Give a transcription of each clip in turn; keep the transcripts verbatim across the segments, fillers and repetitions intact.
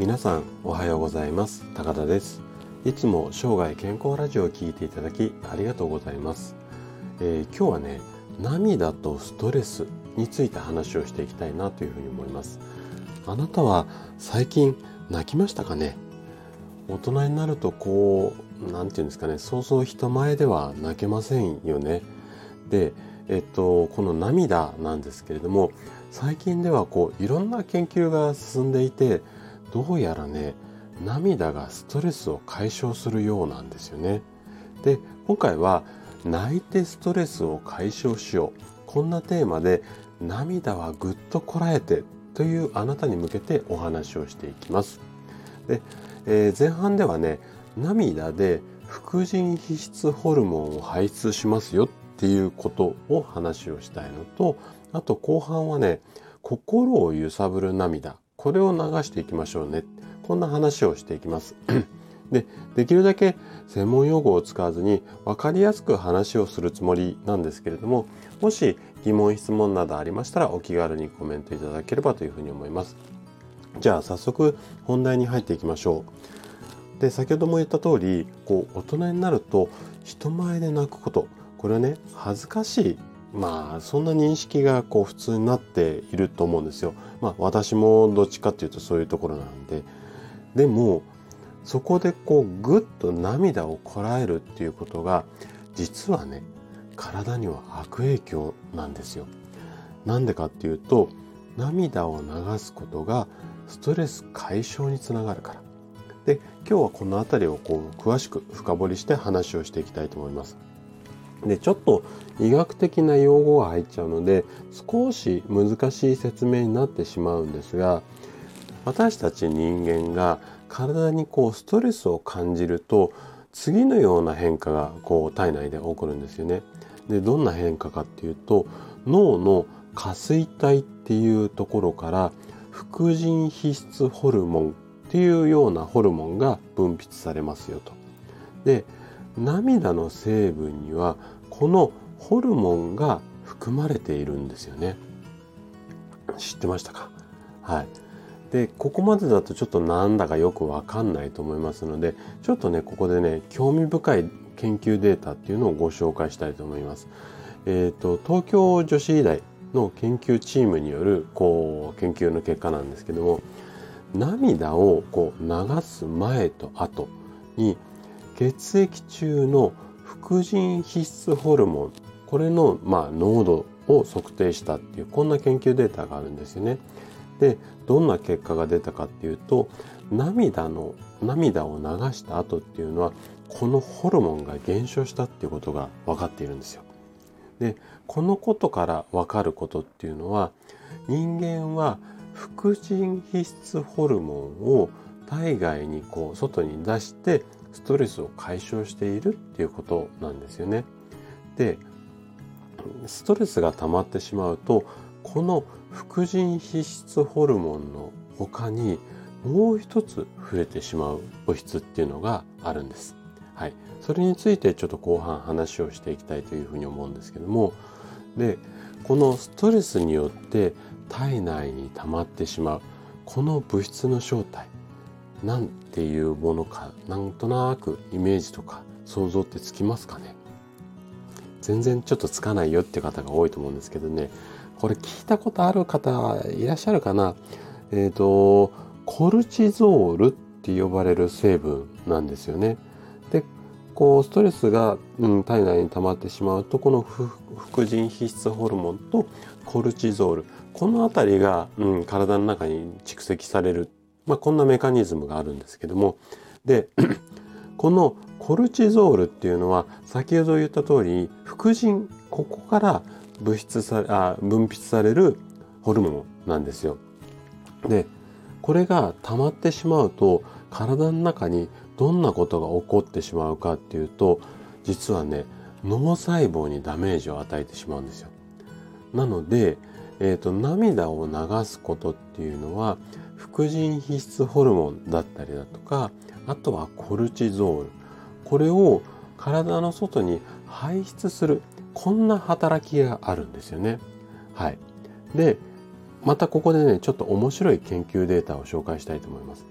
皆さんおはようございます。高田です。いつも生涯健康ラジオを聞いていただきありがとうございます。えー、今日はね、涙とストレスについて話をしていきたいなというふうに思います。あなたは最近泣きましたかね？大人になるとこう、なんていうんですかね、そうそう人前では泣けませんよね。で、えっと、この涙なんですけれども、最近ではこういろんな研究が進んでいて、どうやらね、涙がストレスを解消するようなんですよね。で、今回は泣いてストレスを解消しよう。こんなテーマで、涙はぐっとこらえてというあなたに向けてお話をしていきます。で、えー、前半ではね、涙で副腎皮質ホルモンを排出しますよっていうことを話をしたいのと、あと後半はね、心を揺さぶる涙、これを流していきましょうね。こんな話をしていきます。で、できるだけ専門用語を使わずに分かりやすく話をするつもりなんですけれども、もし疑問質問などありましたらお気軽にコメントいただければというふうに思います。じゃあ早速本題に入っていきましょう。で、先ほども言った通り、こう大人になると人前で泣くこと、これはね、恥ずかしい、まあそんな認識がこう普通になっていると思うんですよ。まあ私もどっちかっていうとそういうところなんで。でもそこでこうぐっと涙をこらえるっていうことが、実はね、体には悪影響なんですよ。なんでかっていうと、涙を流すことがストレス解消につながるから。で、今日はこのあたりをこう詳しく深掘りして話をしていきたいと思います。で、ちょっと医学的な用語が入っちゃうので、少し難しい説明になってしまうんですが、私たち人間が体にこうストレスを感じると、次のような変化がこう体内で起こるんですよね。で、どんな変化かっていうと、脳の下垂体っていうところから副腎皮質ホルモンっていうようなホルモンが分泌されますよと。で、涙の成分にはこのホルモンが含まれているんですよね。知ってましたか？はい。で、ここまでだとちょっとなんだかよくわかんないと思いますので、ちょっとね、ここでね、興味深い研究データっていうのをご紹介したいと思います。えっと、東京女子医大の研究チームによるこう研究の結果なんですけども、涙をこう流す前と後に血液中の副腎皮質ホルモン、これのまあ濃度を測定したっていう、こんな研究データがあるんですよね。で、どんな結果が出たかっていうと、涙の涙を流した後っていうのは、このホルモンが減少したっていうことが分かっているんですよ。で、このことから分かることっていうのは、人間は副腎皮質ホルモンを体外にこう外に出してストレスを解消しているっていうことなんですよね。で、ストレスが溜まってしまうと、この副腎皮質ホルモンの他にもう一つ増えてしまう物質っていうのがあるんです。はい。それについてちょっと後半話をしていきたいというふうに思うんですけども、で、このストレスによって体内に溜まってしまうこの物質の正体、なんていうものか、なんとなくイメージとか想像ってつきますかね？全然ちょっとつかないよっていう方が多いと思うんですけどね、これ聞いたことある方いらっしゃるかな？えっと、コルチゾールって呼ばれる成分なんですよね。で、こうストレスが、うん、体内に溜まってしまうと、この副腎皮質ホルモンとコルチゾール、このあたりが、うん、体の中に蓄積される、まあ、こんなメカニズムがあるんですけども、でこのコルチゾールっていうのは先ほど言った通り、副腎、ここから物質さあ分泌されるホルモンなんですよ。で、これが溜まってしまうと、体の中にどんなことが起こってしまうかっていうと、実はね、脳細胞にダメージを与えてしまうんですよ。なので、えーと、涙を流すことっていうのは、副腎皮質ホルモンだったりだとか、あとはコルチゾール、これを体の外に排出する、こんな働きがあるんですよね。はい。で、またここでね、ちょっと面白い研究データを紹介したいと思います。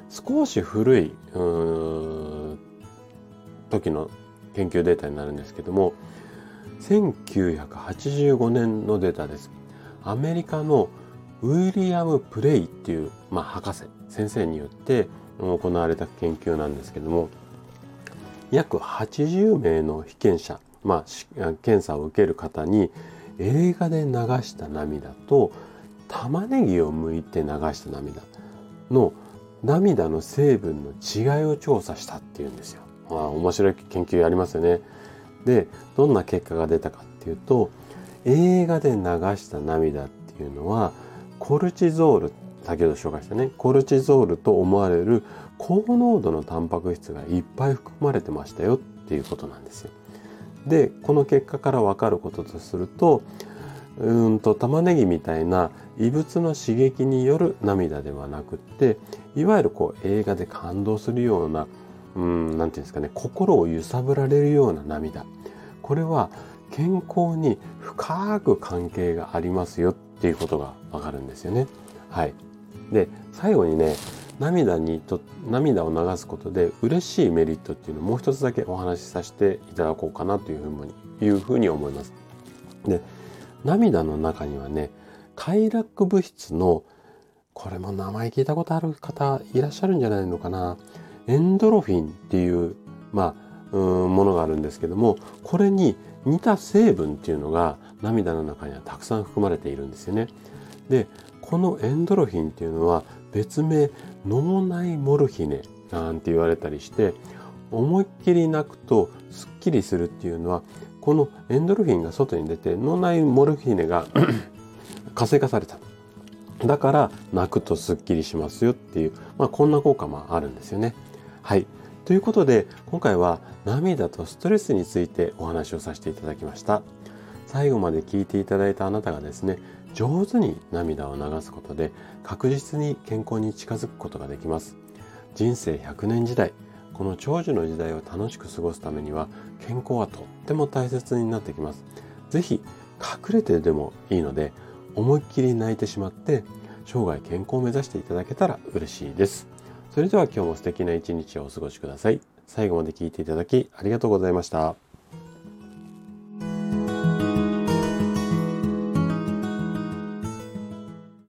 少し古いうーん時の研究データになるんですけども、せんきゅうひゃくはちじゅうごねんのデータです。アメリカのウィリアム・プレイっていう、まあ、博士先生によって行われた研究なんですけども、約はちじゅうめいの被験者、まあ、検査を受ける方に映画で流した涙と玉ねぎを剥いて流した涙の涙の成分の違いを調査したっていうんですよ。ああ、面白い研究ありますよね。で、どんな結果が出たかっていうと、映画で流した涙っていうのはコルチゾール、先ほど紹介したね、コルチゾールと思われる高濃度のタンパク質がいっぱい含まれてましたよっていうことなんですよ。で、この結果から分かることとすると、うーんと玉ねぎみたいな異物の刺激による涙ではなくって、いわゆるこう映画で感動するような、うーん、なんていうんですかね、心を揺さぶられるような涙。これは健康に深く関係がありますよっていうことがわかるんですよね。はい。で、最後にね、涙にと、涙を流すことで嬉しいメリットっていうのをもう一つだけお話しさせていただこうかなというふうに、いうふうに思います。で、涙の中にはね、快楽物質の、これも名前聞いたことある方いらっしゃるんじゃないのかな。エンドロフィンっていう、まあ、うーんものがあるんですけども、これに似た成分っていうのが涙の中にはたくさん含まれているんですよね。で、このエンドロフィンっていうのは別名脳内モルヒネなんて言われたりして、思いっきり泣くとスッキリするっていうのは、このエンドルフィンが外に出て脳内モルヒネが活性化された。だから泣くとスッキリしますよっていう、まあ、こんな効果もあるんですよね。はい。ということで今回は涙とストレスについてお話をさせていただきました。最後まで聞いていただいたあなたがですね、上手に涙を流すことで確実に健康に近づくことができます。人生ひゃくねん時代、この長寿の時代を楽しく過ごすためには健康はとっても大切になってきます。ぜひ隠れてでもいいので思いっきり泣いてしまって生涯健康を目指していただけたら嬉しいです。それでは今日も素敵な一日をお過ごしください。最後まで聞いていただきありがとうございました。